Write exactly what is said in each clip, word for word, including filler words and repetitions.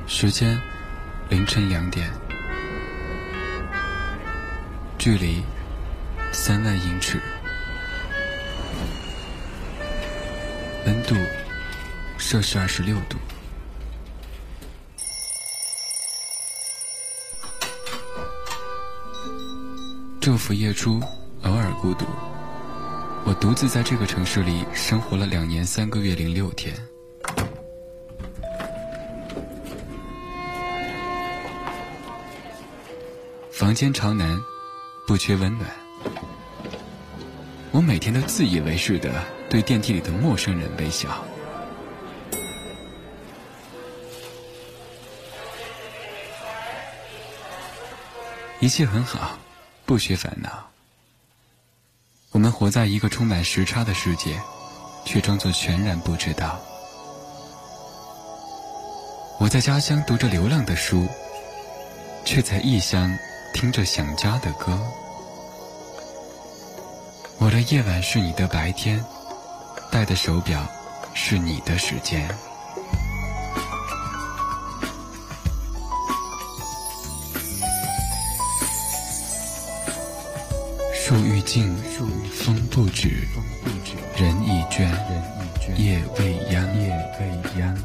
时间凌晨两点，距离三万英尺，温度摄氏二十六度。昼伏夜出，偶尔孤独。我独自在这个城市里生活了两年三个月零六天。房间朝南，不缺温暖。我每天都自以为是地对电梯里的陌生人微笑。一切很好，不需烦恼。我们活在一个充满时差的世界，却装作全然不知道。我在家乡读着流浪的书，却在异乡听着想家的歌。我的夜晚是你的白天，戴的手表是你的时间。树欲静，风不止，人已倦，夜未央，夜未央。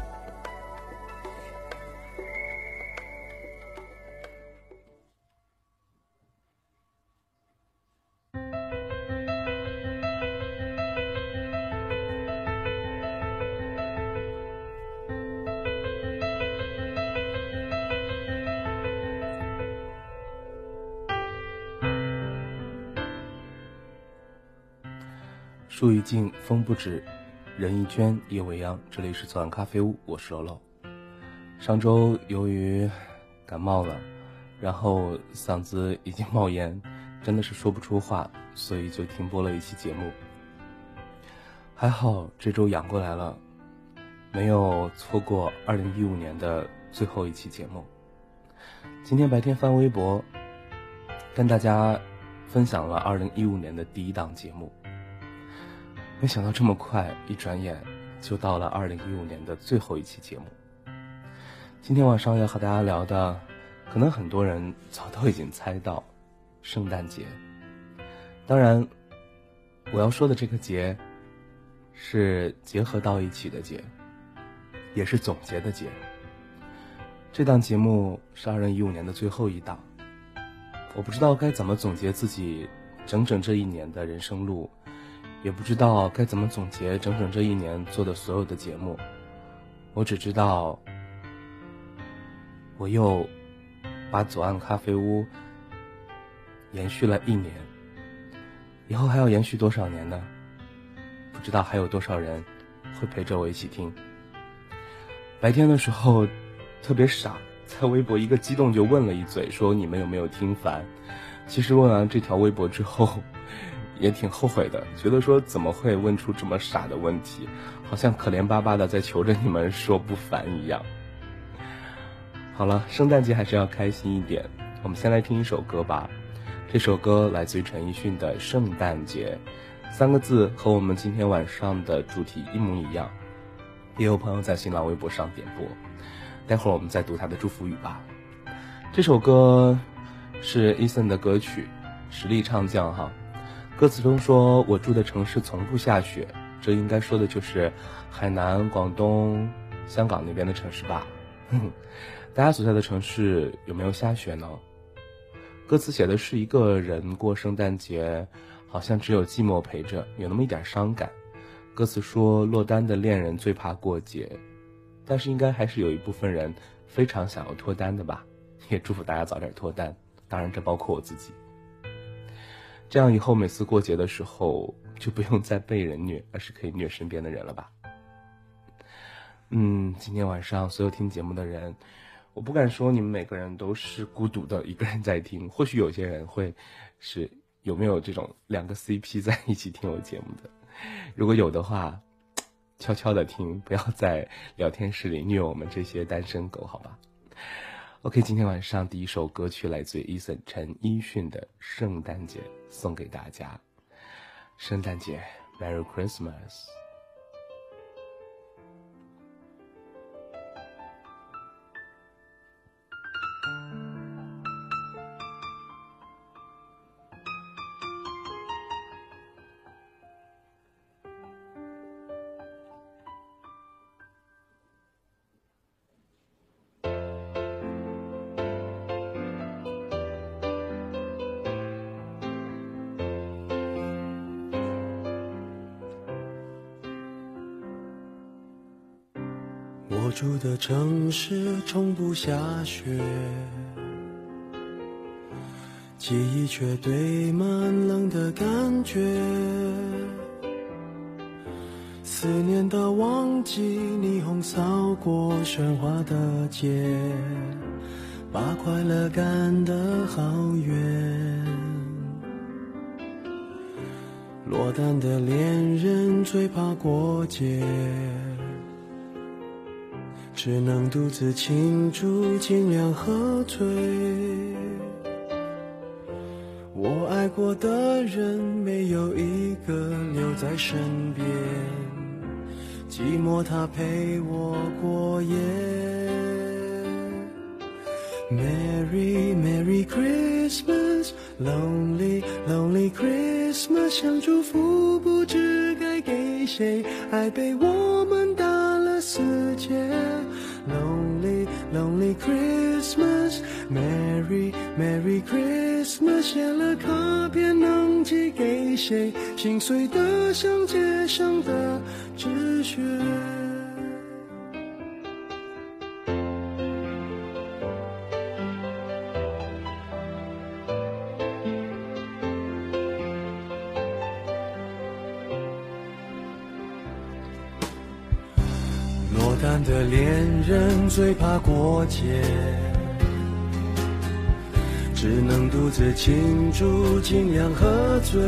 树欲静，风不止，人已倦，夜未央。这里是左岸咖啡屋，我是楼楼。上周由于感冒了，然后嗓子已经冒烟，真的是说不出话，所以就停播了一期节目。还好这周养过来了，没有错过二零一五年的最后一期节目。今天白天翻微博，跟大家分享了二零一五年的第一档节目。没想到这么快，一转眼就到了二零一五年的最后一期节目。今天晚上要和大家聊的，可能很多人早都已经猜到，圣诞节。当然，我要说的这个节，是结合到一起的节，也是总结的节。这档节目是二零一五年的最后一档，我不知道该怎么总结自己整整这一年的人生路，也不知道该怎么总结整整这一年做的所有的节目。我只知道我又把左岸咖啡屋延续了一年，以后还要延续多少年呢？不知道还有多少人会陪着我一起听。白天的时候特别傻，在微博一个激动就问了一嘴，说你们有没有听烦。其实问完这条微博之后也挺后悔的，觉得说怎么会问出这么傻的问题，好像可怜巴巴的在求着你们说不烦一样。好了，圣诞节还是要开心一点，我们先来听一首歌吧。这首歌来自于陈奕迅的《圣诞节》，三个字和我们今天晚上的主题一模一样。也有朋友在新浪微博上点播，待会儿我们再读他的祝福语吧。这首歌是 Eason 的歌曲，实力唱将哈。歌词中说，我住的城市从不下雪，这应该说的就是海南、广东、香港那边的城市吧。大家所在的城市有没有下雪呢？歌词写的是一个人过圣诞节，好像只有寂寞陪着，有那么一点伤感。歌词说，落单的恋人最怕过节，但是应该还是有一部分人非常想要脱单的吧。也祝福大家早点脱单，当然这包括我自己。这样以后每次过节的时候就不用再被人虐，而是可以虐身边的人了吧。嗯，今天晚上所有听节目的人，我不敢说你们每个人都是孤独的一个人在听，或许有些人会是有没有这种两个 C P 在一起听我节目的，如果有的话悄悄的听，不要在聊天室里虐我们这些单身狗，好吧。 OK， 今天晚上第一首歌曲来自于 Eason 陈奕迅的《圣诞节》，送给大家。圣诞节 Merry Christmas。 我住的城市从不下雪，记忆却堆满冷的感觉。思念的旺季，霓虹扫过喧哗的街，把快乐赶得好远。落单的恋人最怕过节，只能独自庆祝，尽量喝醉。我爱过的人没有一个留在身边，寂寞他陪我过夜。 Merry Merry Christmas Lonely Lonely Christmas 想祝福不知该给谁，爱被我们打了死结。 Lonely Lonely Christmas Merry Merry Christmas 写了卡片能寄给谁，心碎得像街上的纸屑。落单的恋人最怕过节，只能独自庆祝，尽量喝醉。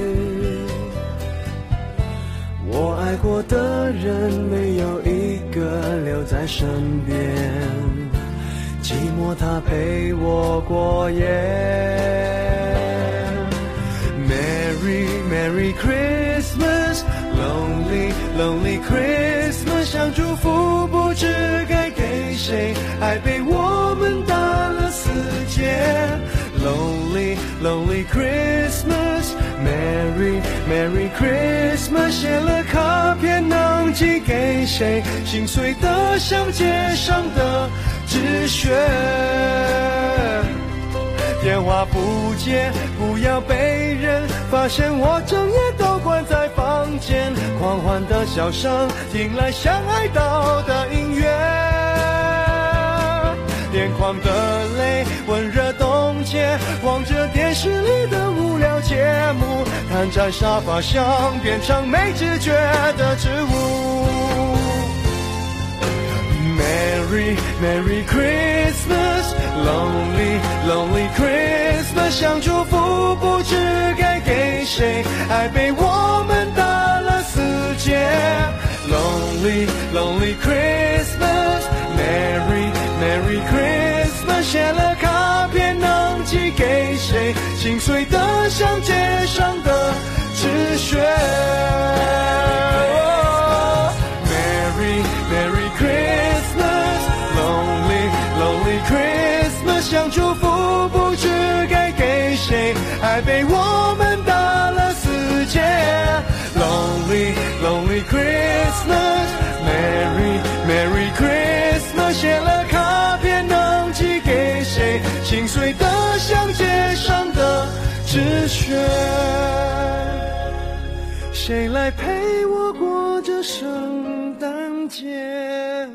我爱过的人没有一个留在身边，寂寞他陪我过夜。Merry Merry Christmas Lonely Lonely Christmas 想祝福不知该给谁，爱被我们打了死结。 Lonely Lonely Christmas Merry Merry Christmas 写了卡片能寄给谁，心碎得像街上的纸屑。电话不接，不要被人发现我整夜都关在房间，狂欢的笑声听来像哀悼的音乐，眼眶的泪温热冻结，望着电视里的无聊节目，瘫在沙发上变成没知觉的植物。Merry Merry Christmas Lonely Lonely Christmas 想祝福不知该给谁，爱被我们打了死结。 Lonely Lonely Christmas Merry Merry Christmas 写了卡片能寄给谁，心碎得像街上的纸屑。 Merry Merry Christmas Lonely Lonely Christmas 想祝福不知该给谁，爱被我们打了死结。 Lonely Lonely Christmas Merry Merry Christmas 写了卡片能寄给谁，心碎得像街上的纸屑。谁来陪我过这圣诞节？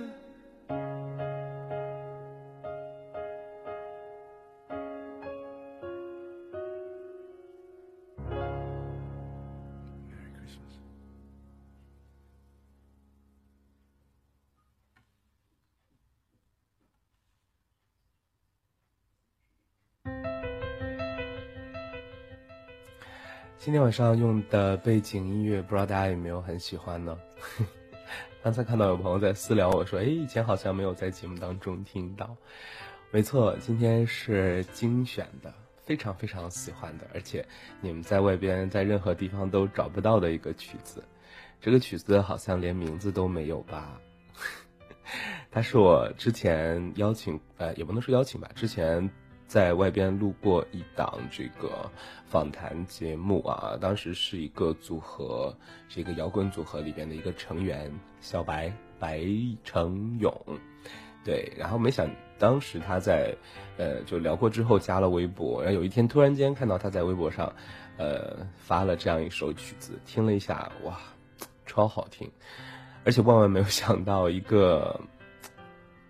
今天晚上用的背景音乐，不知道大家有没有很喜欢呢？刚才看到有朋友在私聊我说，哎，以前好像没有在节目当中听到。没错，今天是精选的，非常非常喜欢的，而且你们在外边在任何地方都找不到的一个曲子。这个曲子好像连名字都没有吧？它是我之前邀请，呃，也不能说邀请吧，之前在外边录过一档这个访谈节目啊，当时是一个组合，是一个摇滚组合里边的一个成员小白白成勇，对，然后没想当时他在呃就聊过之后加了微博，然后有一天突然间看到他在微博上呃发了这样一首曲子，听了一下，哇，超好听，而且万万没有想到一个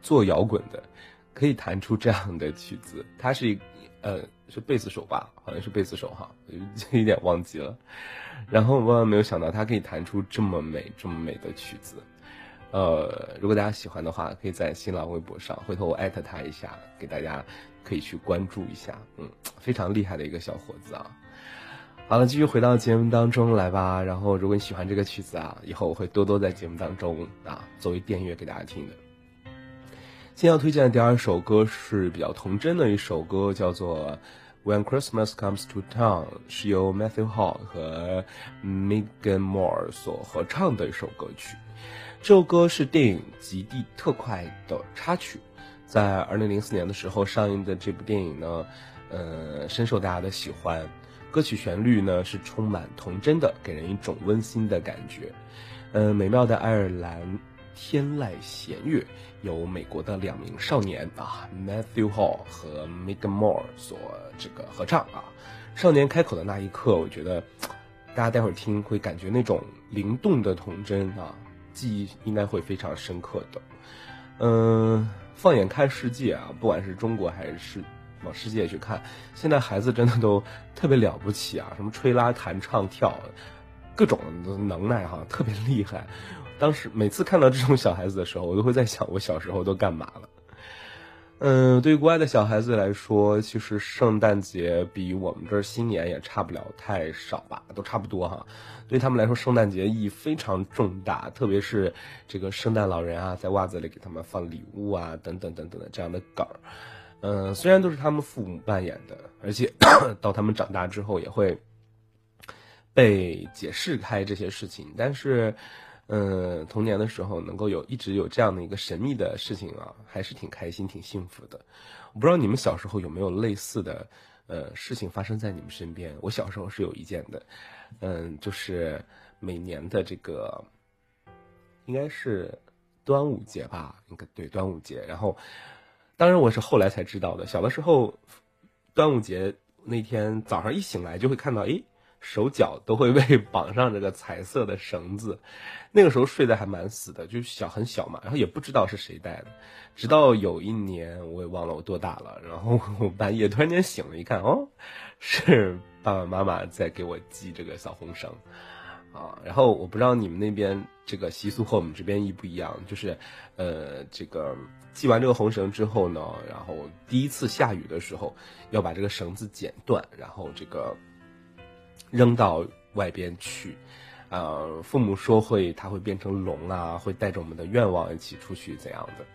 做摇滚的可以弹出这样的曲子。他是呃是贝斯手吧，好像是贝斯手哈，有点忘记了。然后万万没有想到他可以弹出这么美这么美的曲子。呃，如果大家喜欢的话，可以在新浪微博上，回头我艾特他一下，给大家可以去关注一下。嗯，非常厉害的一个小伙子啊。好了，继续回到节目当中来吧。然后如果你喜欢这个曲子啊，以后我会多多在节目当中啊作为电乐给大家听的。今天要推荐的第二首歌是比较童真的一首歌，叫做 When Christmas Comes to Town， 是由 Matthew Hall 和 Megan Moore 所合唱的一首歌曲。这首歌是电影《极地特快》的插曲，在二零零四年的时候上映的这部电影呢，呃，深受大家的喜欢。歌曲旋律呢是充满童真的，给人一种温馨的感觉。呃，美妙的爱尔兰天籁弦乐由美国的两名少年啊 Matthew Hall 和 Megan Moore 所这个合唱啊。少年开口的那一刻，我觉得大家待会儿听会感觉那种灵动的童真啊，记忆应该会非常深刻的。嗯、呃，放眼看世界啊，不管是中国还是往世界去看，现在孩子真的都特别了不起啊，什么吹拉弹唱跳各种能耐哈，特别厉害。当时每次看到这种小孩子的时候，我都会在想我小时候都干嘛了。嗯，对于国外的小孩子来说，其实圣诞节比我们这儿新年也差不了太少吧，都差不多哈。对他们来说，圣诞节意义非常重大，特别是这个圣诞老人啊，在袜子里给他们放礼物啊，等等等等的这样的梗儿。嗯，虽然都是他们父母扮演的，而且到他们长大之后也会被解释开这些事情，但是嗯，童年的时候能够有一直有这样的一个神秘的事情啊，还是挺开心挺幸福的。我不知道你们小时候有没有类似的呃事情发生在你们身边。我小时候是有一件的，嗯，就是每年的这个应该是端午节吧，应该对，端午节。然后当然我是后来才知道的，小的时候端午节那天早上一醒来就会看到，诶，手脚都会被绑上这个彩色的绳子。那个时候睡得还蛮死的，就小很小嘛，然后也不知道是谁带的。直到有一年我也忘了我多大了，然后我半夜突然间醒了，一看，哦，是爸爸妈妈在给我系这个小红绳啊。然后我不知道你们那边这个习俗和我们这边一不一样，就是呃这个系完这个红绳之后呢，然后第一次下雨的时候要把这个绳子剪断，然后这个扔到外边去，呃，父母说会，它会变成龙啊，会带着我们的愿望一起出去怎样的。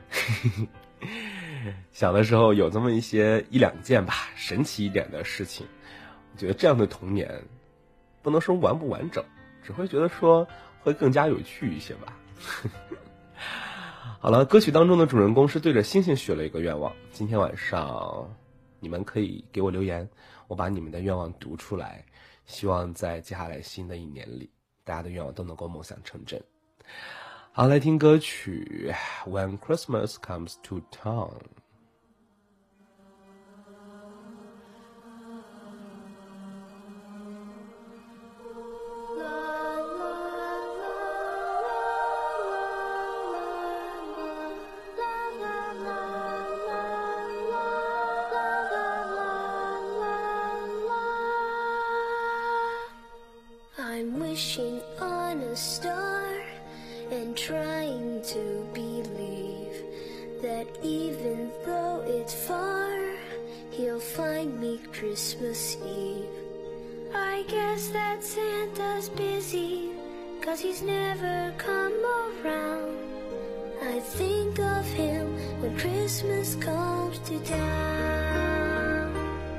小的时候有这么一些一两件吧，神奇一点的事情。我觉得这样的童年，不能说完不完整，只会觉得说会更加有趣一些吧。好了，歌曲当中的主人公是对着星星许了一个愿望。今天晚上你们可以给我留言，我把你们的愿望读出来。希望在接下来新的一年里，大家的愿望都能够梦想成真。好，来听歌曲 When Christmas Comes to Town。 I'm wishing on a star and trying to believe that even though it's far, he'll find me Christmas Eve. I guess that Santa's busy, 'cause he's never come around. I think of him when Christmas comes to town.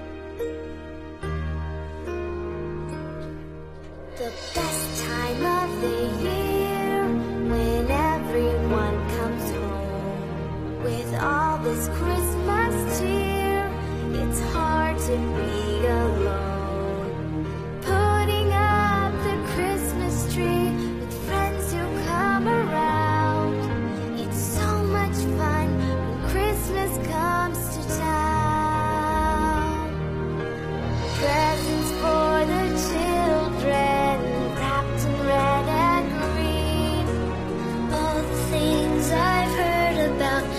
The best time of the year, when everyone comes home with all this Christmas cheer, it's hard to be alone. Putting up the Christmas tree with friends who come around, it's so much fun when Christmas comes to town. Presents for the children, wrapped in red and green. All the things I've heard about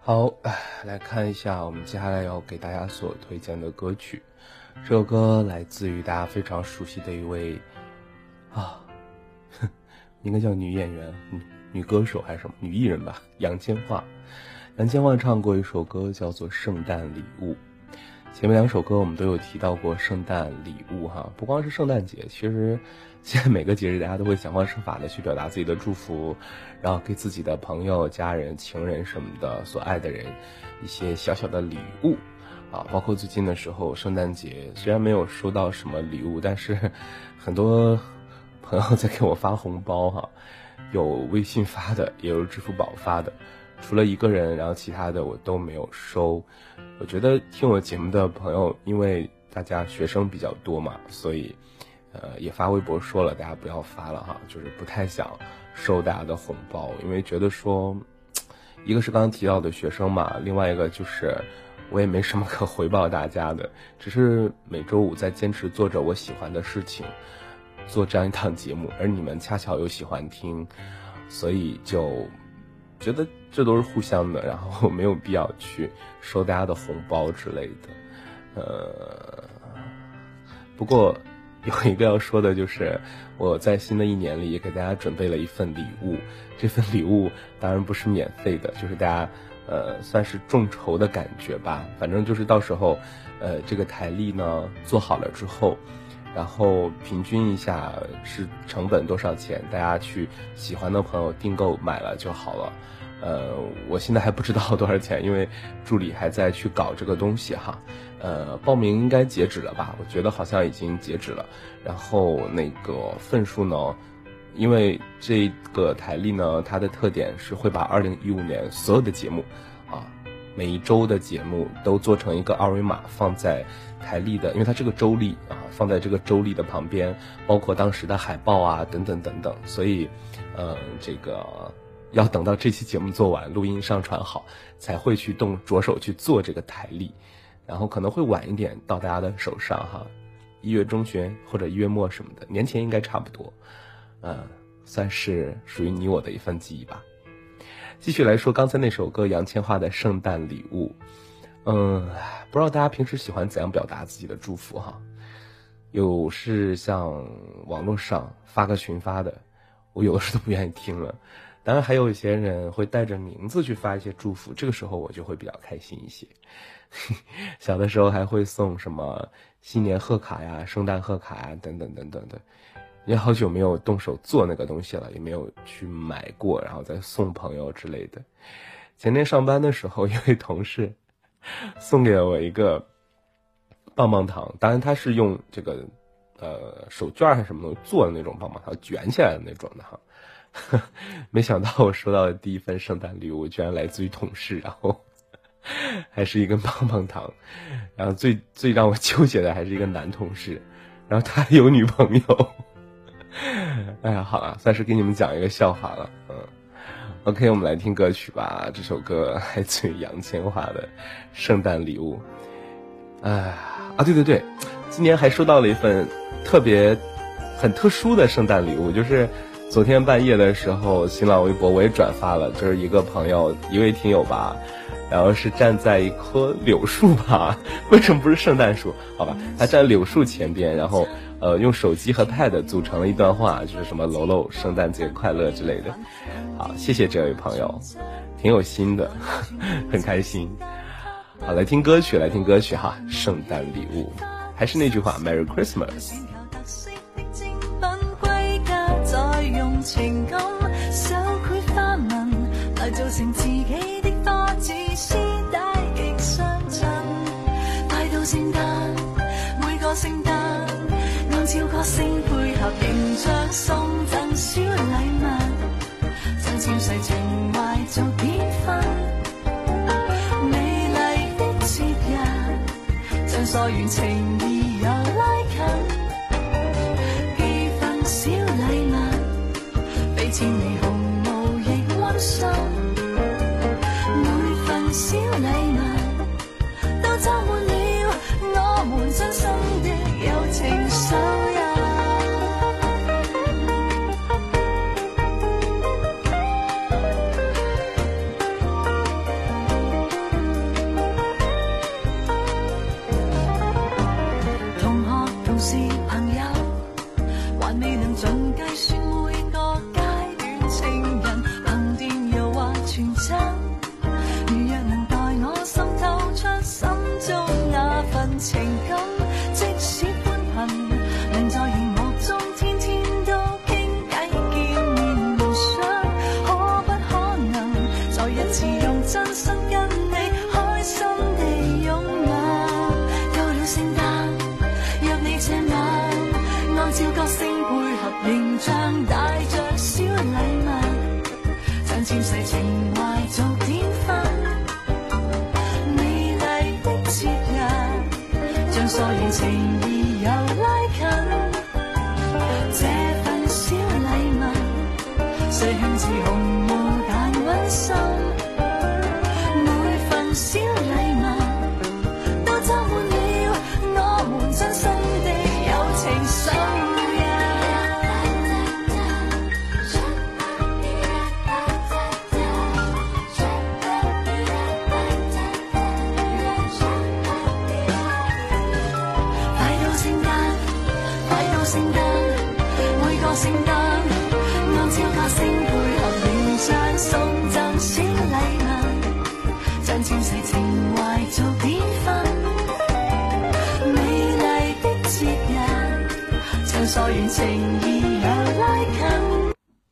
好，来看一下我们接下来要给大家所推荐的歌曲。这首歌来自于大家非常熟悉的一位啊，应该叫女演员、女女歌手还是什么女艺人吧，杨千嬅。杨千嬅唱过一首歌叫做《圣诞礼物》。前面两首歌我们都有提到过圣诞礼物哈，不光是圣诞节，其实现在每个节日大家都会想方设法的去表达自己的祝福，然后给自己的朋友、家人、情人什么的所爱的人一些小小的礼物啊。包括最近的时候圣诞节虽然没有收到什么礼物，但是很多朋友在给我发红包哈，有微信发的也有支付宝发的，除了一个人，然后其他的我都没有收。我觉得听我节目的朋友，因为大家学生比较多嘛，所以呃也发微博说了大家不要发了哈，就是不太想收大家的红包，因为觉得说一个是刚刚提到的学生嘛，另外一个就是我也没什么可回报大家的，只是每周五在坚持做着我喜欢的事情，做这样一档节目，而你们恰巧又喜欢听，所以就觉得这都是互相的，然后没有必要去收大家的红包之类的。呃，不过有一个要说的就是我在新的一年里也给大家准备了一份礼物，这份礼物当然不是免费的，就是大家呃算是众筹的感觉吧，反正就是到时候呃这个台历呢做好了之后，然后平均一下是成本多少钱，大家去喜欢的朋友订购买了就好了。呃，我现在还不知道多少钱，因为助理还在去搞这个东西哈。呃，报名应该截止了吧？我觉得好像已经截止了。然后那个份数呢，因为这个台历呢，它的特点是会把二零一五年所有的节目啊，每一周的节目都做成一个二维码放在台历的，因为它这个周历啊，放在这个周历的旁边，包括当时的海报啊，等等等等。所以，呃，这个要等到这期节目做完，录音上传好，才会去动着手去做这个台历，然后可能会晚一点到大家的手上哈，一月中旬或者一月末什么的，年前应该差不多，呃，算是属于你我的一份记忆吧。继续来说刚才那首歌杨千嬅的《圣诞礼物》，嗯，不知道大家平时喜欢怎样表达自己的祝福哈？有是像网络上发个群发的，我有的时候都不愿意听了。当然还有一些人会带着名字去发一些祝福，这个时候我就会比较开心一些。小的时候还会送什么新年贺卡呀、圣诞贺卡呀等等等等的，也好久没有动手做那个东西了，也没有去买过，然后再送朋友之类的。前天上班的时候，一位同事送给了我一个棒棒糖，当然他是用这个呃手绢还是什么东西做的那种棒棒糖，卷起来的那种的哈。没想到我收到的第一份圣诞礼物居然来自于同事，然后还是一根棒棒糖，然后最最让我纠结的还是一个男同事，然后他还有女朋友。哎呀，好了，算是给你们讲一个笑话了。嗯 OK， 我们来听歌曲吧，这首歌来自于杨千嬅的圣诞礼物。哎啊对对对，今年还收到了一份特别很特殊的圣诞礼物，就是昨天半夜的时候，新浪微博我也转发了，就是一个朋友，一位听友吧，然后是站在一棵柳树吧，为什么不是圣诞树？好吧，他站柳树前边，然后呃用手机和 pad 组成了一段话，就是什么楼楼圣诞节快乐之类的。好，谢谢这位朋友，挺有心的，很开心。好，来听歌曲，来听歌曲哈，圣诞礼物，还是那句话 ，Merry Christmas。 情感手繪花紋來造成自己的花紙，絲帶極相襯。快到聖誕，每個聖誕按照個性配合形象送贈小禮物，將纖細情懷做典範。美麗的節日，將所願情誼又拉近。寄份小禮物。千里紅霧亦溫馨，每份小禮物都裝滿了我們真心的友情手印。 真。如若能待我滲透出心中那份情感，即使寬頻，能在熒幕中天天都傾偈見面無相，可不可能在一次用真心跟你開心地擁吻？到了聖誕，若你這晚按照角色配合形象，帶着小禮物，像纖細情懷做典範。美麗的節日，將所願情誼又拉近。這份小禮物，雖輕似紅霧但溫馨。每份小禮物都裝滿了我們真心的友情深。聖誕，按照個性配合形象送贈小禮物，將纖細情懷做典範。美麗的節日，將所願情誼又拉近。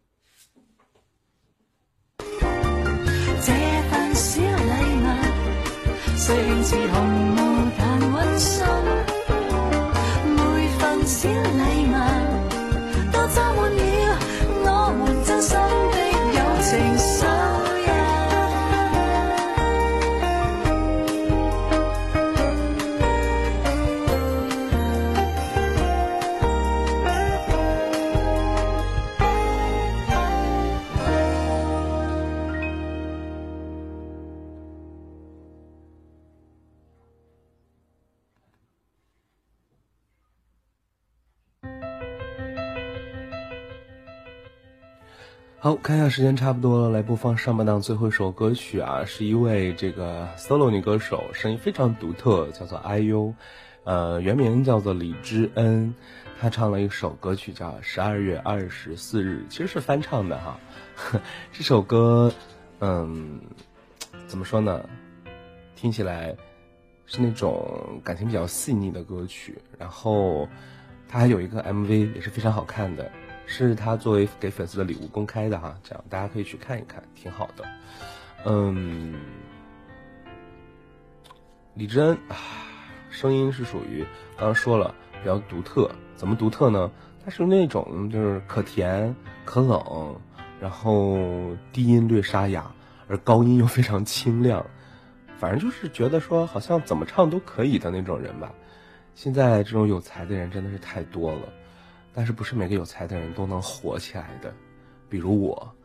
這份小禮物，雖輕似紅霧但溫馨。每份小禮物都裝滿了我們真心的友情手印。 好，看一下时间差不多了，来播放上半档最后一首歌曲啊，是一位这个 solo 女歌手，声音非常独特，叫做 I U， 呃，原名叫做李知恩，她唱了一首歌曲叫十二月二十四日，其实是翻唱的哈。这首歌，嗯，怎么说呢？听起来是那种感情比较细腻的歌曲，然后它还有一个 M V 也是非常好看的。是他作为给粉丝的礼物公开的哈，这样大家可以去看一看，挺好的。嗯，李知恩啊，声音是属于刚刚说了比较独特，怎么独特呢？他是那种就是可甜可冷，然后低音略沙哑，而高音又非常清亮，反正就是觉得说好像怎么唱都可以的那种人吧。现在这种有才的人真的是太多了。但是不是每个有才的人都能火起来的，比如我。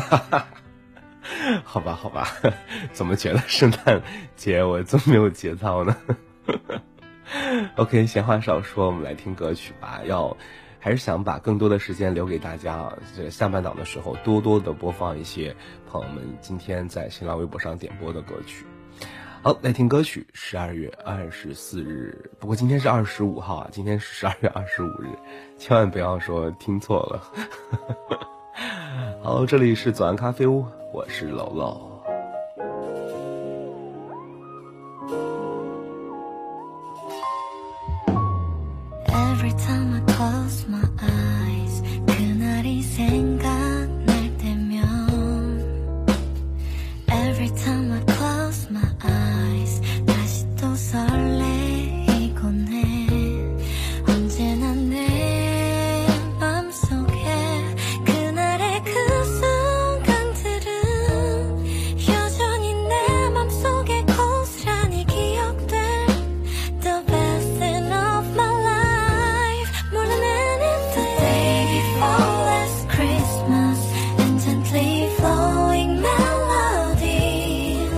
好吧好吧，怎么觉得圣诞节我这么没有节操呢？OK， 闲话少说，我们来听歌曲吧。要还是想把更多的时间留给大家啊，这个下半档的时候多多的播放一些朋友们今天在新浪微博上点播的歌曲。好，来听歌曲十二月二十四日，不过今天是二十五号啊，今天是十二月二十五日，千万不要说听错了。好，这里是左岸咖啡屋，我是楼楼。 Every time I close my eyes, 그날이 생각날 때면 Every time I close my eyes, 다시 또 설레이곤 해. 언제나 내 맘속에 그날의 그 순간들은 여전히 내 맘속에 고스란히 기억돼. The best thing of my life, more than anything. The day before last Christmas, and gently flowing melody.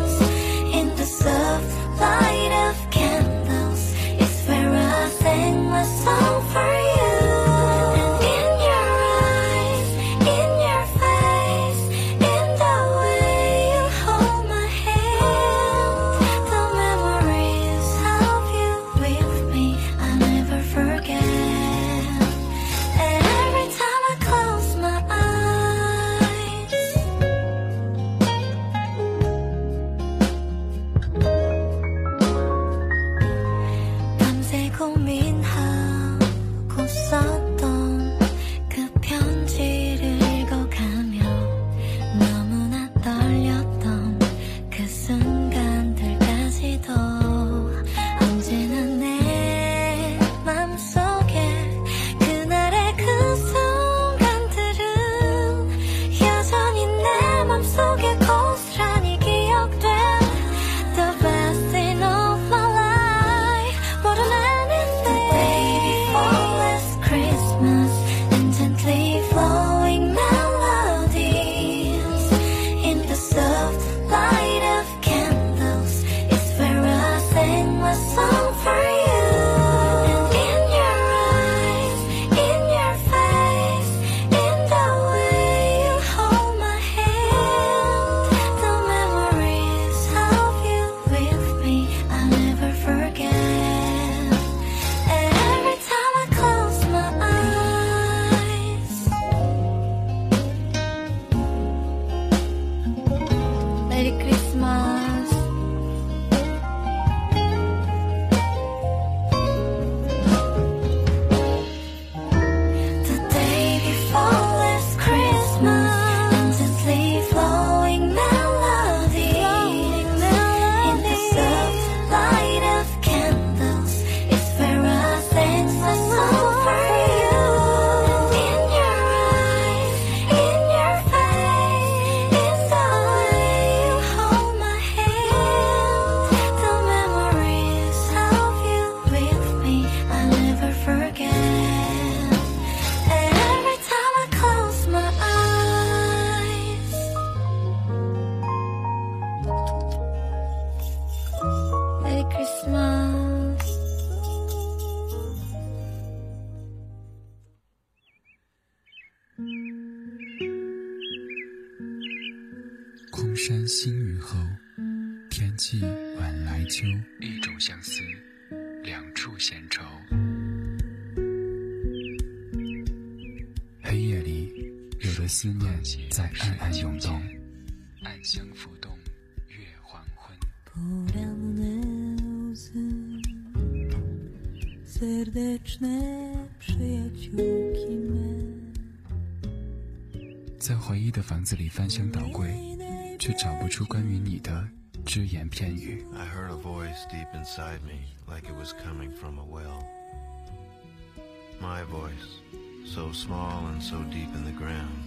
Christmas. The day before last Christmas, endlessly flowing melody, in the soft light of candles, it's where I sing a song for you. In your eyes, in your face, in the way you hold my hand, the memories of you with me I never forget. And every time I close my eyes, Merry Christmas. 空山新雨后，天气晚来秋。一种相思，两处闲愁。黑夜里，有的思念在暗暗涌动，暗香浮动，月黄昏。 Poranne łzy, serdeczne przyjaciółki me. 在回忆的房子里翻箱倒柜，却找不出关于你的只言片语。 I heard a voice deep inside me, like it was coming from a well. My voice, so small and so deep in the ground.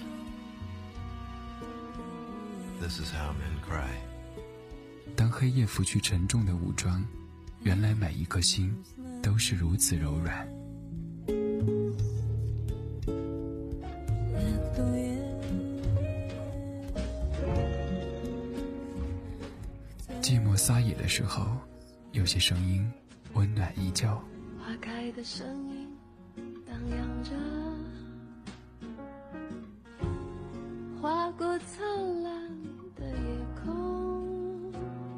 This is how men cry. 当黑夜拂去沉重的武装，原来每一颗心都是如此柔软。寂寞撒野的时候，有些声音温暖依旧。 花开的声音荡漾着，划过灿烂的夜空。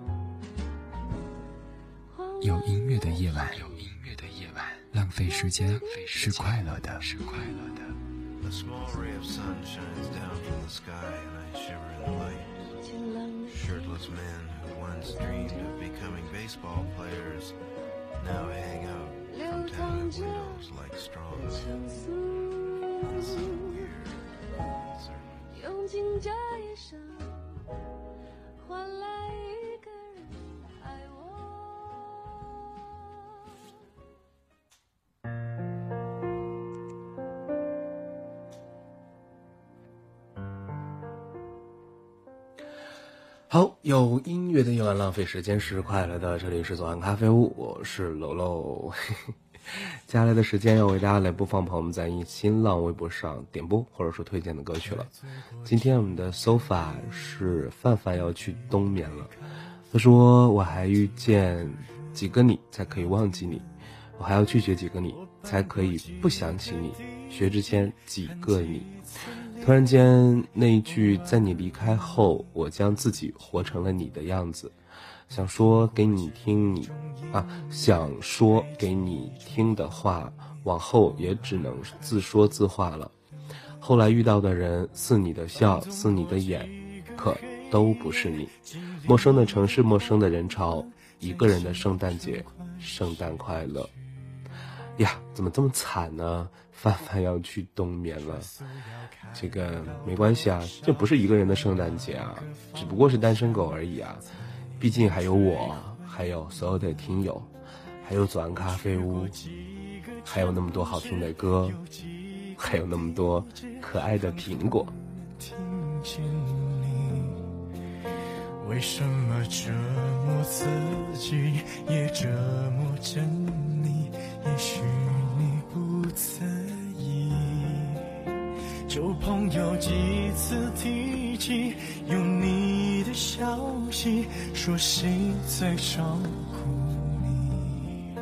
有音乐的夜晚，有音乐的夜晚，浪费时间是快乐的，是快乐的。 A small ray of sun shines down from the sky and I shiver in the light. Shirtless men who once dreamed of becoming baseball players now hang out from tenement windows like straws. It's so weird, uncertain. 用尽这一生，换来一个人爱我。 好，有音乐的夜晚，浪费时间是快乐的。这里是左岸咖啡屋，我是楼楼。接下来的时间要为大家来播放朋友们在新浪微博上点播或者说推荐的歌曲了。今天我们的 sofa 是范范要去冬眠了。他说：“我还遇见几个你才可以忘记你，我还要拒绝几个你才可以不想起你。薛之谦几个你。”突然间那一句在你离开后，我将自己活成了你的样子，想说给你听你啊，想说给你听的话，往后也只能自说自话了。后来遇到的人似你的笑，似你的眼，可都不是你。陌生的城市，陌生的人潮，一个人的圣诞节，圣诞快乐。呀，怎么这么惨呢？范范要去冬眠了。这个没关系啊，这不是一个人的圣诞节啊，只不过是单身狗而已啊。毕竟还有我，还有所有的听友，还有左岸咖啡屋，还有那么多好听的歌，还有那么多可爱的苹果。 听见你，为什么折磨自己，也折磨着你？也许你不在意。旧朋友几次提起有你的消息，说谁在照顾你？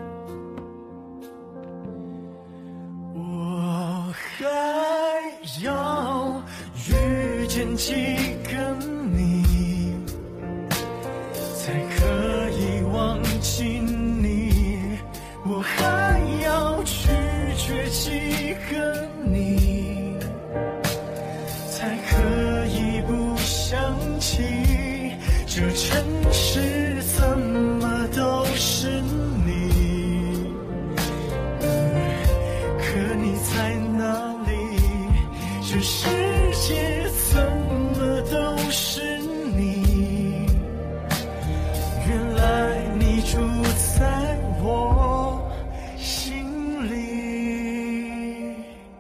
我还要遇见几个你，才可以忘记你？我还要拒绝几个你，才可以不想起这城市怎么都是你，可你在哪里？这世界怎么都是你，原来你住在我心里。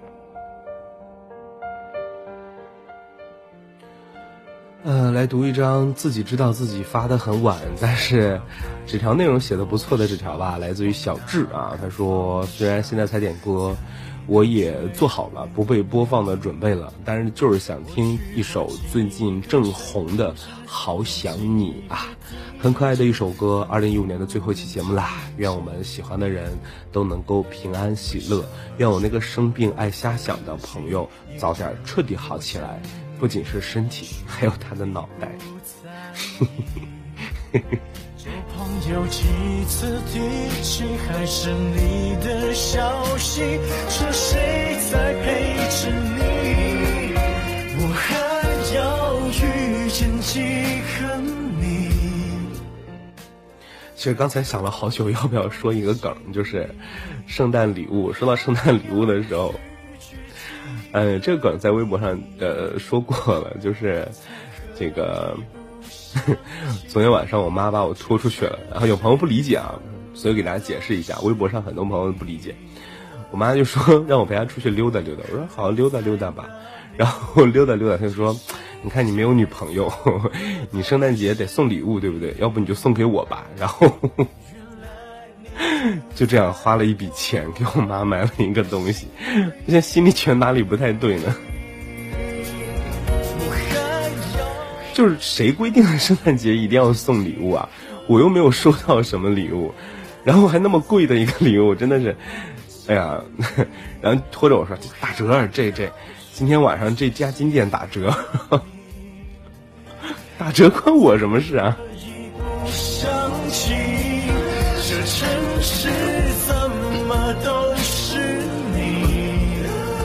呃，来读一张自己知道自己发的很晚，但是纸条内容写的不错的纸条吧，来自于小智啊。他说，虽然现在才点歌，我也做好了不被播放的准备了，但是就是想听一首最近正红的《好想你》啊，很可爱的一首歌。二零一五年的最后一期节目啦，愿我们喜欢的人都能够平安喜乐，愿我那个生病爱瞎想的朋友早点彻底好起来，不仅是身体，还有他的脑袋。 朋友几次提起还是你的消息，是谁在陪着你？我还要遇见几个你。 其实刚才想了好久要不要说一个梗，就是圣诞礼物。说到圣诞礼物的时候，呃，这个梗在微博上呃说过了，就是这个昨天晚上我妈把我拖出去了，然后有朋友不理解啊，所以给大家解释一下，微博上很多朋友不理解，我妈就说让我陪她出去溜达溜达，我说好，溜达溜达吧。然后溜达溜达，她就说你看你没有女朋友，你圣诞节得送礼物对不对？要不你就送给我吧。然后就这样花了一笔钱给我妈买了一个东西，现在心里觉得哪里不太对呢？就是谁规定了圣诞节一定要送礼物啊？我又没有收到什么礼物，然后还那么贵的一个礼物，真的是，哎呀，然后拖着我说打折，这这今天晚上这家金店打折，打折关我什么事啊？ 这城市怎么都是你，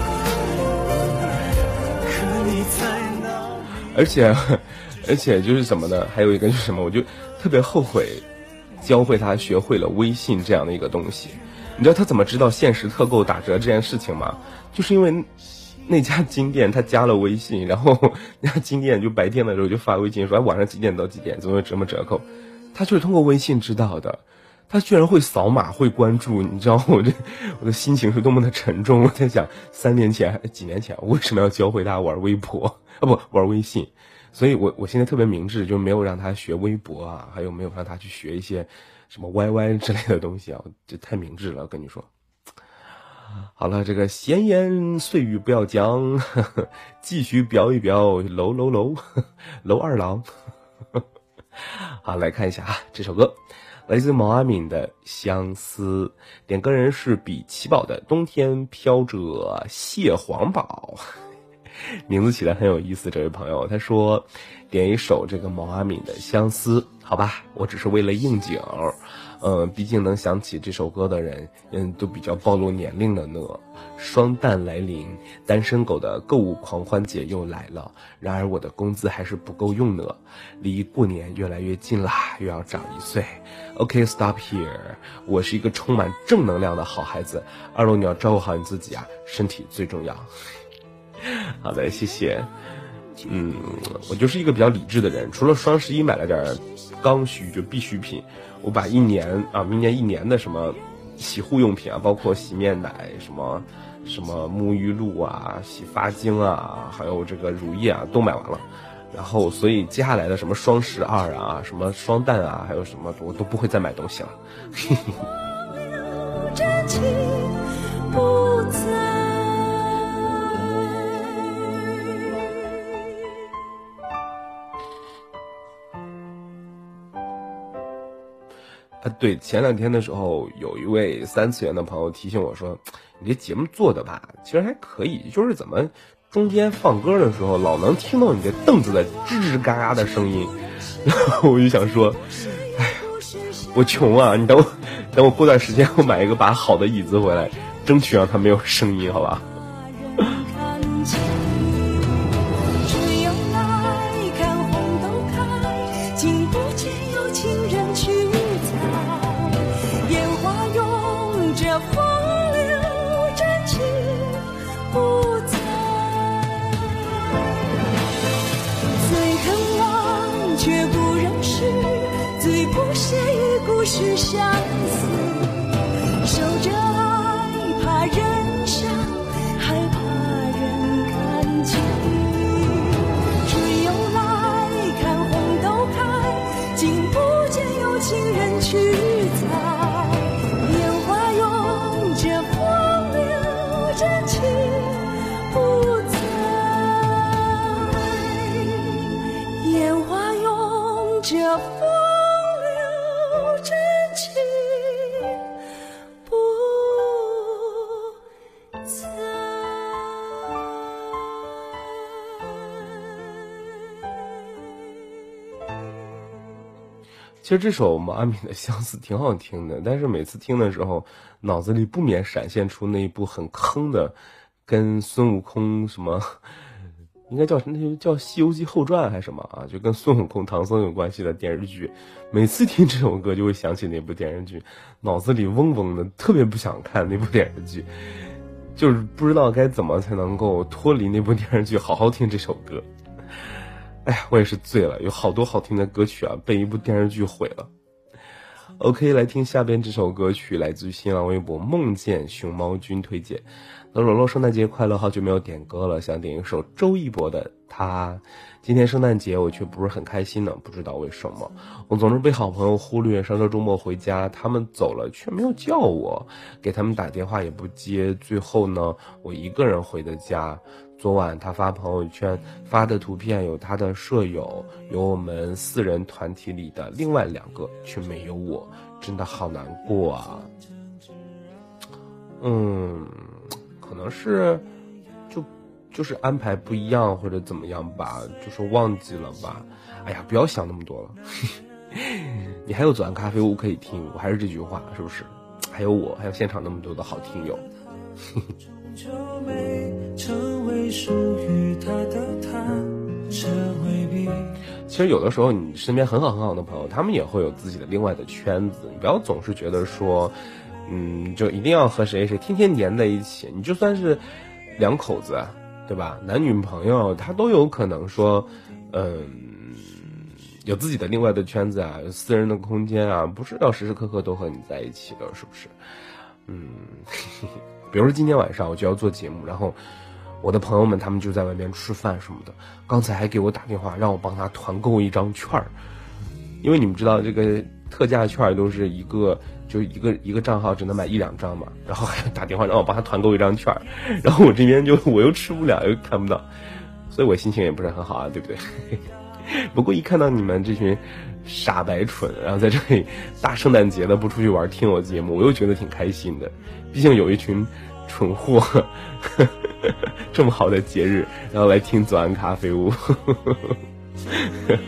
可你在哪？ 而且而且就是什么呢？还有一个就是什么，我就特别后悔教会他学会了微信这样的一个东西。你知道他怎么知道限时特购打折这件事情吗？就是因为那家金店他加了微信，然后那家金店就白天的时候就发微信说，哎，晚上几点到几点总有什么折扣，他就是通过微信知道的。他居然会扫码，会关注，你知道我这我的心情是多么的沉重。我在想，三年前几年前我为什么要教会他玩微博啊？不玩微信。所以我我现在特别明智，就没有让他学微博啊，还有没有让他去学一些什么 Y Y 之类的东西啊，这太明智了，跟你说。好了，这个闲言碎语不要讲，呵呵，继续表一表楼楼楼楼二郎。好，来看一下啊，这首歌来自毛阿敏的《相思》，点歌人是比奇宝的《冬天飘着蟹黄堡》，名字起来很有意思。这位朋友他说点一首这个毛阿敏的《相思》，好吧，我只是为了应景。呃，毕竟能想起这首歌的人，嗯，都比较暴露年龄了呢。双旦来临，单身狗的购物狂欢节又来了。然而我的工资还是不够用呢，离过年越来越近啦，又要长一岁。OK，stop here。我是一个充满正能量的好孩子。二楼你要照顾好你自己啊，身体最重要。好的，谢谢。嗯，我就是一个比较理智的人，除了双十一买了点刚需就必需品，我把一年啊，明年一年的什么洗护用品啊，包括洗面奶、什么什么沐浴露啊、洗发精啊，还有这个乳液啊，都买完了。然后，所以接下来的什么双十二啊、什么双旦啊，还有什么我都不会再买东西了。不在啊，对，前两天的时候，有一位三次元的朋友提醒我说，你这节目做的吧，其实还可以，就是怎么中间放歌的时候，老能听到你这凳子的吱吱嘎嘎的声音。然后我就想说，哎呀，我穷啊，你等我，等我过段时间我买一个把好的椅子回来，争取让它没有声音，好吧？ 只有爱看红豆开，经不见有情人去采，烟花拥着风流真情不在。最恨忘却不认识，最不屑与故事相似，守着爱怕人笑，害怕人看清。春又来看红豆开，竟不见有情人去采，烟花拥着风流真情不在，烟花拥着风流真情不在。 其实这首毛阿敏的《相思》挺好听的，但是每次听的时候，脑子里不免闪现出那一部很坑的，跟孙悟空什么，应该叫那就叫《西游记后传》还是什么啊？就跟孙悟空、唐僧有关系的电视剧。每次听这首歌，就会想起那部电视剧，脑子里嗡嗡的，特别不想看那部电视剧，就是不知道该怎么才能够脱离那部电视剧，好好听这首歌。哎呀，我也是醉了，有好多好听的歌曲啊，被一部电视剧毁了。OK， 来听下边这首歌曲，来自于新浪微博梦见熊猫君推荐。那罗罗圣诞节快乐，好久没有点歌了，想点一首周一博的他。今天圣诞节我却不是很开心呢，不知道为什么。我总是被好朋友忽略，上周周末回家，他们走了却没有叫我，给他们打电话也不接，最后呢，我一个人回的家。昨晚他发朋友圈发的图片有他的舍友，有我们四人团体里的另外两个，却没有我，真的好难过啊。嗯，可能是就就是安排不一样或者怎么样吧，就是忘记了吧。哎呀，不要想那么多了。你还有左岸咖啡屋可以听，我还是这句话，是不是？还有我，还有现场那么多的好听友。 就没成为属于他的他，这未必。 其实有的时候你身边很好很好的朋友，他们也会有自己的另外的圈子，你不要总是觉得说嗯，就一定要和谁谁天天黏在一起。你就算是两口子对吧，男女朋友他都有可能说嗯，有自己的另外的圈子啊，有私人的空间啊，不是要时时刻刻都和你在一起的，是不是？嗯比如说今天晚上我就要做节目，然后我的朋友们他们就在外面吃饭什么的，刚才还给我打电话让我帮他团购一张券儿，因为你们知道这个特价券都是一个就一个一个账号只能买一两张嘛，然后还打电话让我帮他团购一张券儿，然后我这边就我又吃不了又看不到，所以我心情也不是很好啊，对不对？不过一看到你们这群傻白蠢，然后在这里大圣诞节的不出去玩听我节目，我又觉得挺开心的，毕竟有一群蠢货呵呵这么好的节日然后来听左岸咖啡屋。呵呵呵呵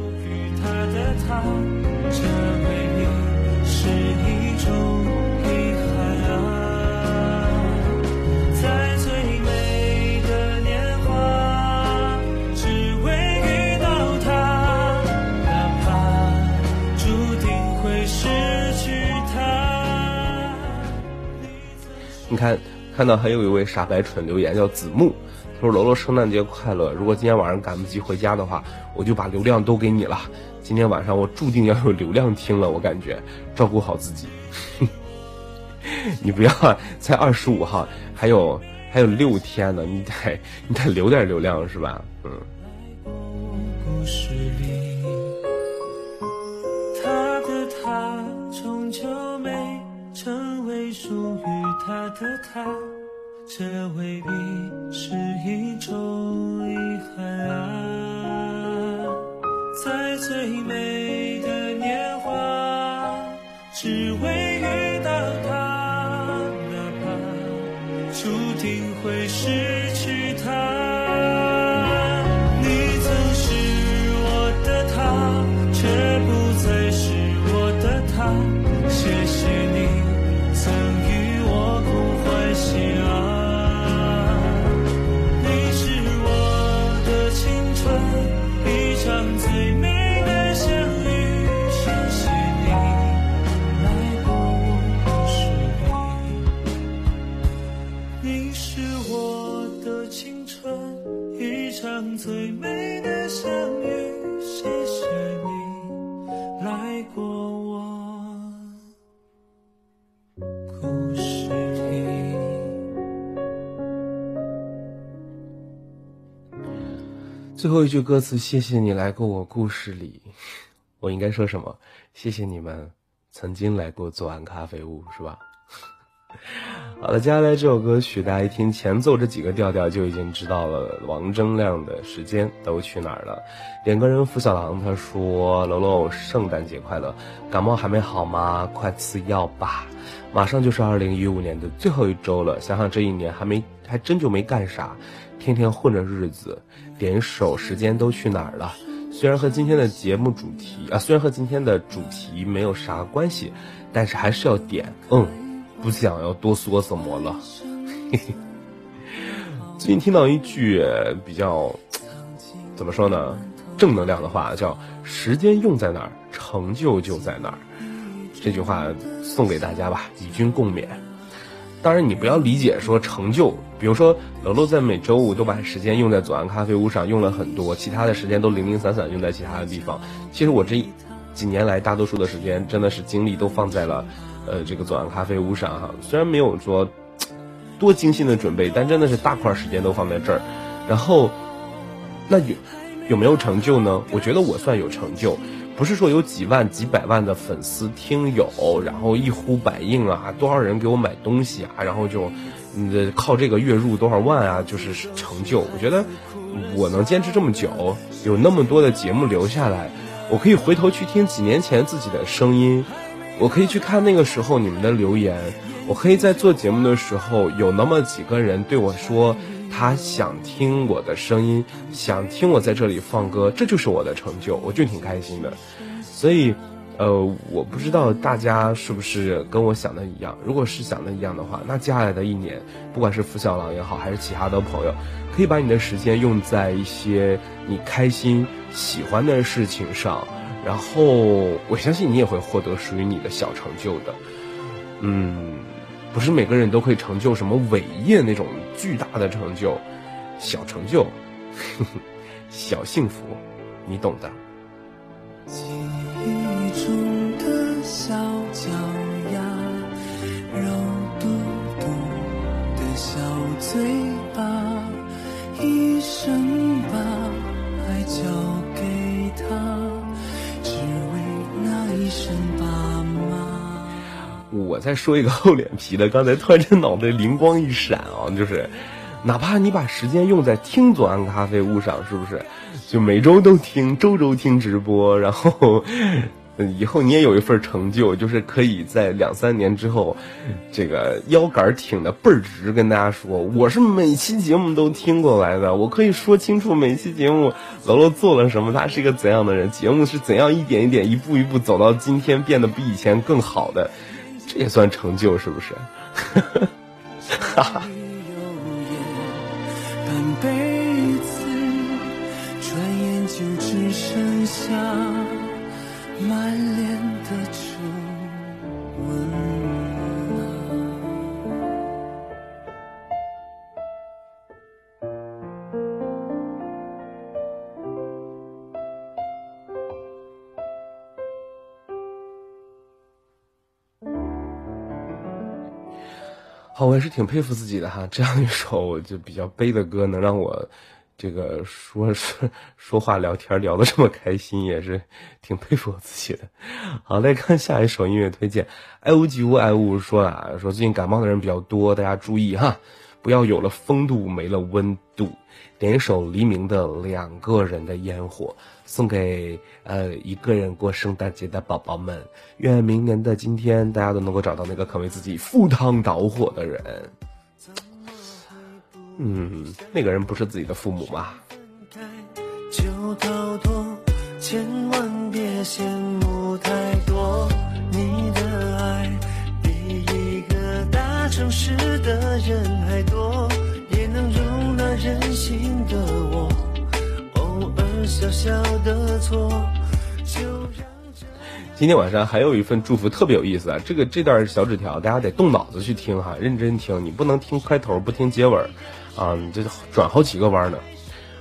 你看看到还有一位傻白蠢留言叫子木，他说罗罗圣诞节快乐，如果今天晚上赶不及回家的话，我就把流量都给你了，今天晚上我注定要有流量听了，我感觉照顾好自己。你不要才二十五号还有还有六天呢，你得你得留点流量是吧？嗯， 故事里他的他终究没成为属于他的他，这未必是一种遗憾啊。在最美的年华，只为遇到他，哪怕注定会失去他。你曾是我的他，却不再是我的他，谢谢你曾与我共欢喜啊。你是我的青春，一场最美的相遇， 过我故事里。 最后一句歌词，谢谢你来过我故事里，我应该说什么？谢谢你们曾经来过左岸咖啡屋，是吧？好了，接下来这首歌曲，大家一听前奏这几个调调就已经知道了王铮亮的时间都去哪儿了。点歌人付小狼他说：楼楼圣诞节快乐，感冒还没好吗？快吃药吧，马上就是二零一五年的最后一周了，想想这一年还没还真就没干啥，天天混着日子。点一首时间都去哪儿了，虽然和今天的节目主题啊，虽然和今天的主题没有啥关系，但是还是要点。嗯，不想要多说什么了。最近听到一句比较怎么说呢，正能量的话，叫时间用在哪儿，成就就在哪儿。这句话送给大家吧，与君共勉。当然你不要理解说成就，比如说楼楼在每周五都把时间用在左岸咖啡屋上，用了很多，其他的时间都零零散散用在其他的地方。其实我这几年来大多数的时间真的是精力都放在了呃这个左岸咖啡屋上哈，虽然没有说多精心的准备，但真的是大块时间都放在这儿。然后那有有没有成就呢？我觉得我算有成就，不是说有几万几百万的粉丝听友，然后一呼百应啊，多少人给我买东西啊，然后就嗯靠这个月入多少万啊，就是成就。我觉得我能坚持这么久，有那么多的节目留下来，我可以回头去听几年前自己的声音，我可以去看那个时候你们的留言，我可以在做节目的时候有那么几个人对我说他想听我的声音，想听我在这里放歌，这就是我的成就，我就挺开心的。所以呃，我不知道大家是不是跟我想的一样，如果是想的一样的话，那接下来的一年，不管是付小狼也好，还是其他的朋友，可以把你的时间用在一些你开心喜欢的事情上，然后我相信你也会获得属于你的小成就的。嗯，不是每个人都可以成就什么伟业那种巨大的成就，小成就呵呵小幸福，你懂的。 记忆中的小脚丫，肉嘟嘟的小嘴巴，一生把爱交给他，只为那一声爸妈。 我再说一个厚脸皮的，刚才突然间脑袋灵光一闪啊，就是哪怕你把时间用在听左岸咖啡屋上，是不是就每周都听，周周听直播，然后以后你也有一份成就，就是可以在两三年之后这个腰杆挺的倍儿直，跟大家说我是每期节目都听过来的，我可以说清楚每期节目楼楼做了什么，他是一个怎样的人，节目是怎样一点一点一步一步走到今天变得比以前更好的，这也算成就，是不是？哈哈。 半辈子转眼就只剩下满脸的皱纹。 好，我也是挺佩服自己的哈，这样一首就比较悲的歌能让我这个说说说话聊天聊得这么开心，也是挺佩服我自己的。好，来看下一首音乐推荐。爱屋及乌爱屋说啊，说最近感冒的人比较多，大家注意哈，不要有了风度没了温度。点一首黎明的两个人的烟火，送给呃一个人过圣诞节的宝宝们，愿明年的今天大家都能够找到那个肯为自己赴汤蹈火的人。嗯，那个人不是自己的父母吗？ 就逃脱，千万别羡慕太多，你的爱比一个大城市的人还多，也能容纳任性的我，偶尔小小的错，就让今天晚上还有一份祝福特别有意思啊，这个这段小纸条大家得动脑子去听哈，认真听，你不能听开头不听结尾啊，你这转好几个弯呢。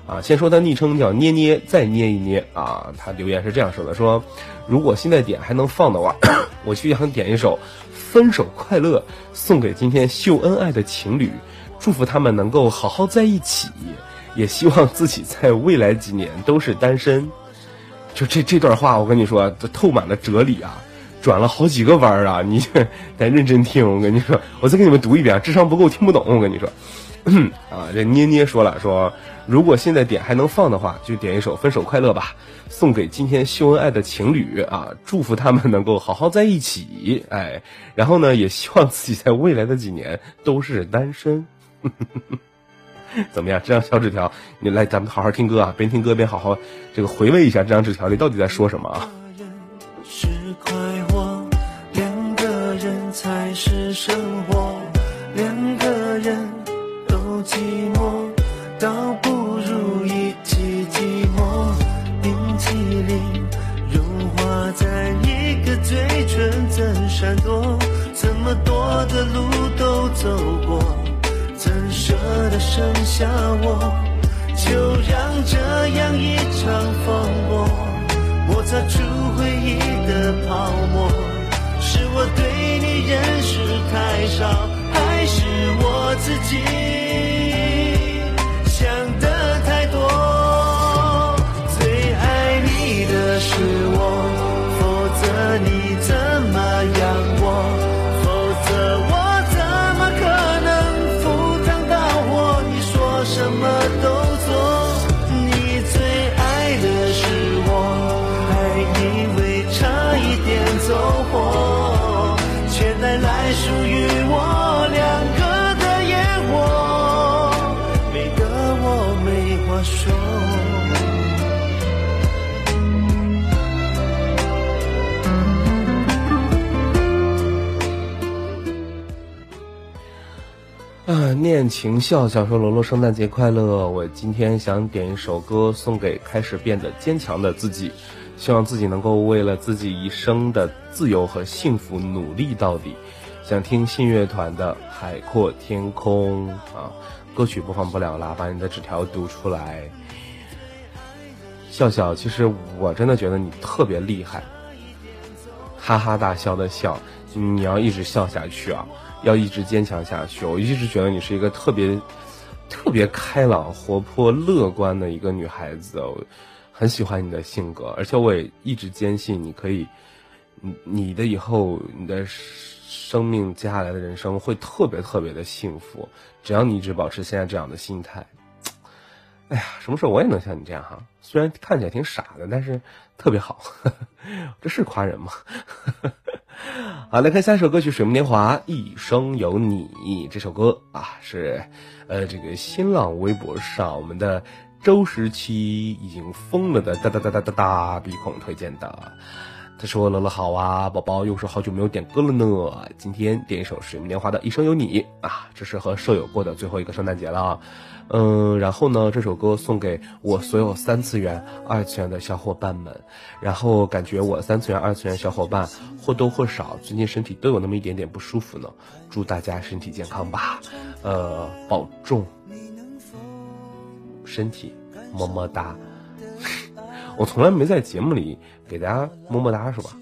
啊，先说他昵称叫捏捏，再捏一捏啊。他留言是这样说的：说如果现在点还能放的话，我就想点一首《分手快乐》，送给今天秀恩爱的情侣，祝福他们能够好好在一起，也希望自己在未来几年都是单身。就这这段话，我跟你说，这透满了哲理啊，转了好几个弯儿啊，你得认真听。我跟你说，我再给你们读一遍，智商不够听不懂。我跟你说。啊，这捏捏说了，说如果现在点还能放的话，就点一首《分手快乐》吧，送给今天秀恩爱的情侣啊，祝福他们能够好好在一起，哎，然后呢，也希望自己在未来的几年都是单身。怎么样？这张小纸条，你来，咱们好好听歌啊，边听歌边好好这个回味一下这张纸条里到底在说什么啊？ 是快活，两个人才是生活，两个人都寂寞，倒不如一起寂寞。冰淇淋融化在一个嘴唇，怎闪躲？这么多的路都走过，怎舍得剩下我？就让这样一场风波摩擦出回忆的泡沫。是我对你认识太少，还是我自己想的太多？最爱你的是我，否则你怎么养我？否则我怎么可能赴汤蹈火？你说什么都做，你最爱的是我，还以为差一点走火，却带来属于我两个的烟火，美得我没话说。 啊，念情笑笑说：罗罗圣诞节快乐！我今天想点一首歌送给开始变得坚强的自己，希望自己能够为了自己一生的自由和幸福努力到底。想听信乐团的《海阔天空》啊，歌曲播放不了了，把你的纸条读出来。笑笑，其实我真的觉得你特别厉害，哈哈大笑的笑，你要一直笑下去啊，要一直坚强下去。我一直觉得你是一个特别特别开朗活泼乐观的一个女孩子，我很喜欢你的性格，而且我也一直坚信你可以，你你的以后你的生命接下来的人生会特别特别的幸福，只要你一直保持现在这样的心态。哎呀，什么时候我也能像你这样哈？虽然看起来挺傻的，但是特别好，这是夸人吗？好，来看下一首歌曲《水木年华》，一生有你。这首歌啊，是呃这个新浪微博上我们的周时期已经疯了的哒哒哒哒哒哒鼻孔推荐的。他说：乐乐好啊，宝宝又说好久没有点歌了呢，今天点一首水木年华的一生有你啊，这是和舍友过的最后一个圣诞节了。嗯，然后呢，这首歌送给我所有三次元二次元的小伙伴们，然后感觉我三次元二次元小伙伴或多或少最近身体都有那么一点点不舒服呢，祝大家身体健康吧，呃保重身体，么么哒。我从来没在节目里给大家么么哒是吧？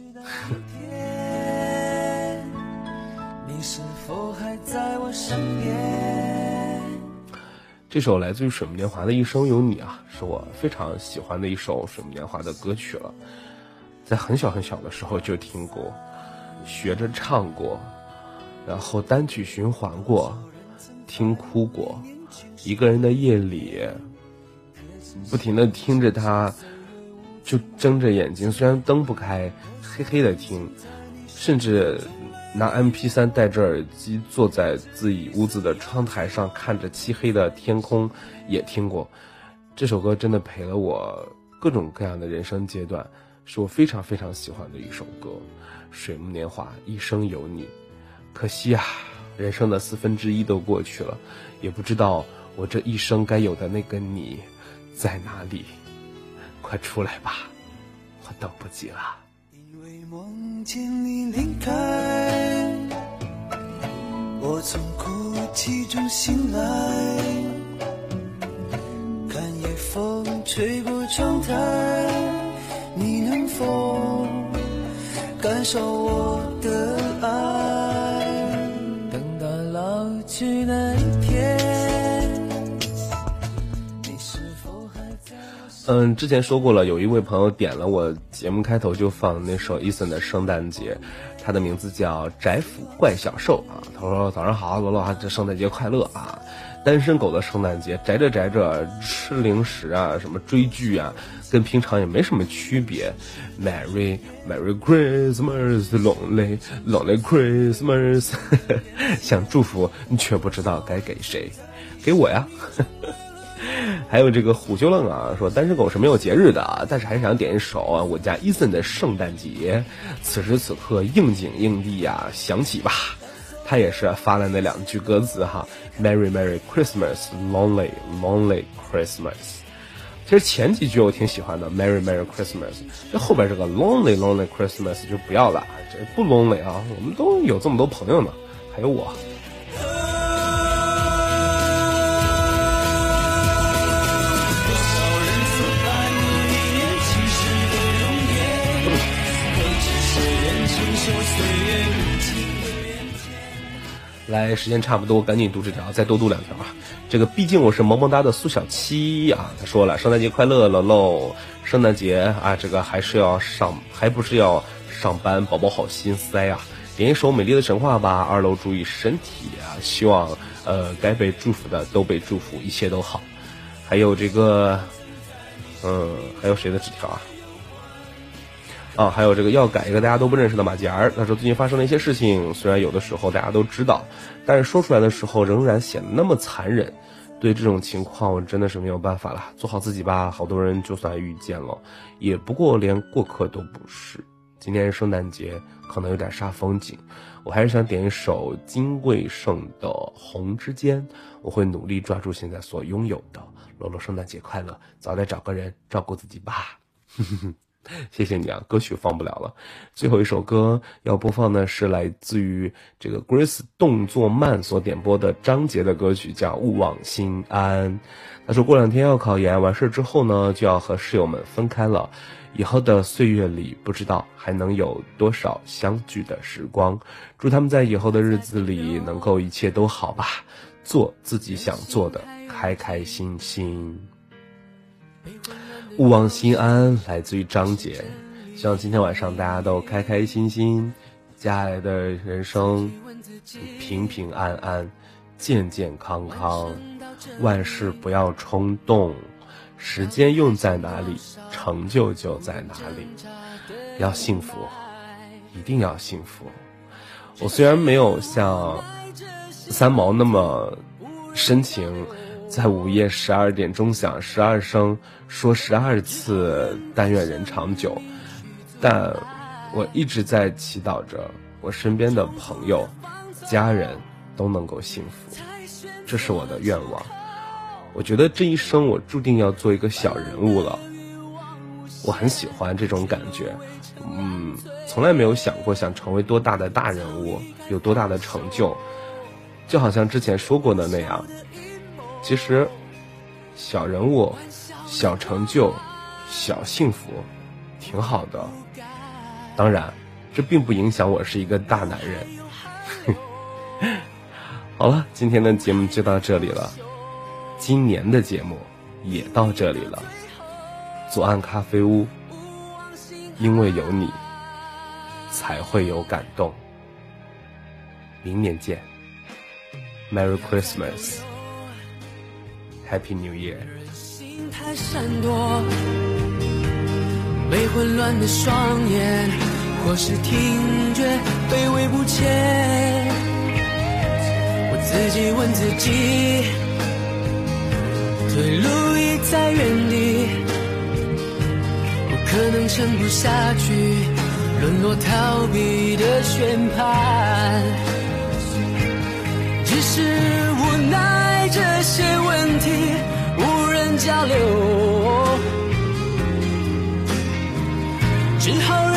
你是否还在我身边？ 这首来自于水木年华的《一生有你》啊，是我非常喜欢的一首水木年华的歌曲了。在很小很小的时候就听过，学着唱过，然后单曲循环过，听哭过。一个人的夜里，不停地听着它，就睁着眼睛，虽然灯不开，黑黑的听，甚至拿 M P 三 戴着耳机坐在自己屋子的窗台上看着漆黑的天空也听过。这首歌真的陪了我各种各样的人生阶段，是我非常非常喜欢的一首歌。水木年华，一生有你。可惜啊，人生的四分之一都过去了，也不知道我这一生该有的那个你在哪里，快出来吧，我等不及了。 因为梦见你离开，我从哭泣中醒来，看夜风吹过窗台，你能否感受我的爱？等到老去那一天，你是否还在？ 嗯，之前说过了，有一位朋友点了我节目开头就放那首 Eason 的圣诞节，他的名字叫宅府怪小兽啊。他说早上好，罗罗，这圣诞节快乐啊！单身狗的圣诞节，宅着宅着吃零食啊，什么追剧啊，跟平常也没什么区别。Merry Merry Christmas， Lonely Lonely Christmas， 想祝福却不知道该给谁，给我呀。还有这个虎修愣啊，说单身狗是没有节日的，但是还是想点一首啊我家 Eason 的圣诞节。此时此刻应景应地呀，想起吧。他也是发了那两句歌词哈 ，Merry Merry Christmas， Lonely Lonely Christmas。其实前几句我挺喜欢的 ，Merry Merry Christmas， 这后边这个 Lonely Lonely Christmas 就不要了，这不 lonely 啊，我们都有这么多朋友呢，还有我。来，时间差不多，赶紧读这条，再多读两条啊！这个毕竟我是萌萌哒的苏小七啊，他说了，圣诞节快乐了喽！圣诞节啊，这个还是要上，还不是要上班，宝宝好心塞啊！点一首美丽的神话吧，二楼注意身体啊！希望呃该被祝福的都被祝福，一切都好。还有这个，嗯，还有谁的纸条啊？啊，还有这个要改一个大家都不认识的马甲儿。他说最近发生了一些事情，虽然有的时候大家都知道，但是说出来的时候仍然显得那么残忍。对这种情况我真的是没有办法了，做好自己吧。好多人就算遇见了，也不过连过客都不是。今天是圣诞节，可能有点煞风景，我还是想点一首金贵盛的《红之间》，我会努力抓住现在所拥有的。罗罗，圣诞节快乐，早点找个人照顾自己吧。谢谢你啊，歌曲放不了了。最后一首歌要播放的是来自于这个 Grace 动作慢所点播的张杰的歌曲，叫《勿忘心安》。他说过两天要考研，完事之后呢就要和室友们分开了，以后的岁月里不知道还能有多少相聚的时光，祝他们在以后的日子里能够一切都好吧，做自己想做的，开开心心。勿忘心安来自于张杰，希望今天晚上大家都开开心心，接下来的人生平平安安，健健康康，万事不要冲动，时间用在哪里，成就就在哪里。要幸福，一定要幸福。我虽然没有像三毛那么深情，在午夜十二点钟响十二声，说十二次但愿人长久，但我一直在祈祷着我身边的朋友家人都能够幸福，这是我的愿望。我觉得这一生我注定要做一个小人物了，我很喜欢这种感觉。嗯，从来没有想过想成为多大的大人物，有多大的成就，就好像之前说过的那样，其实小人物小成就小幸福挺好的，当然这并不影响我是一个大男人。好了，今天的节目就到这里了，今年的节目也到这里了。左岸咖啡屋，因为有你才会有感动。明年见， Merry Christmas， Happy New Year。 心太闪躲，被混乱的双眼，或是听觉卑微不前。我自己问自己，退路已在原地，我可能撑不下去，沦落逃避的宣判。只是无奈这些问题无人交流，只好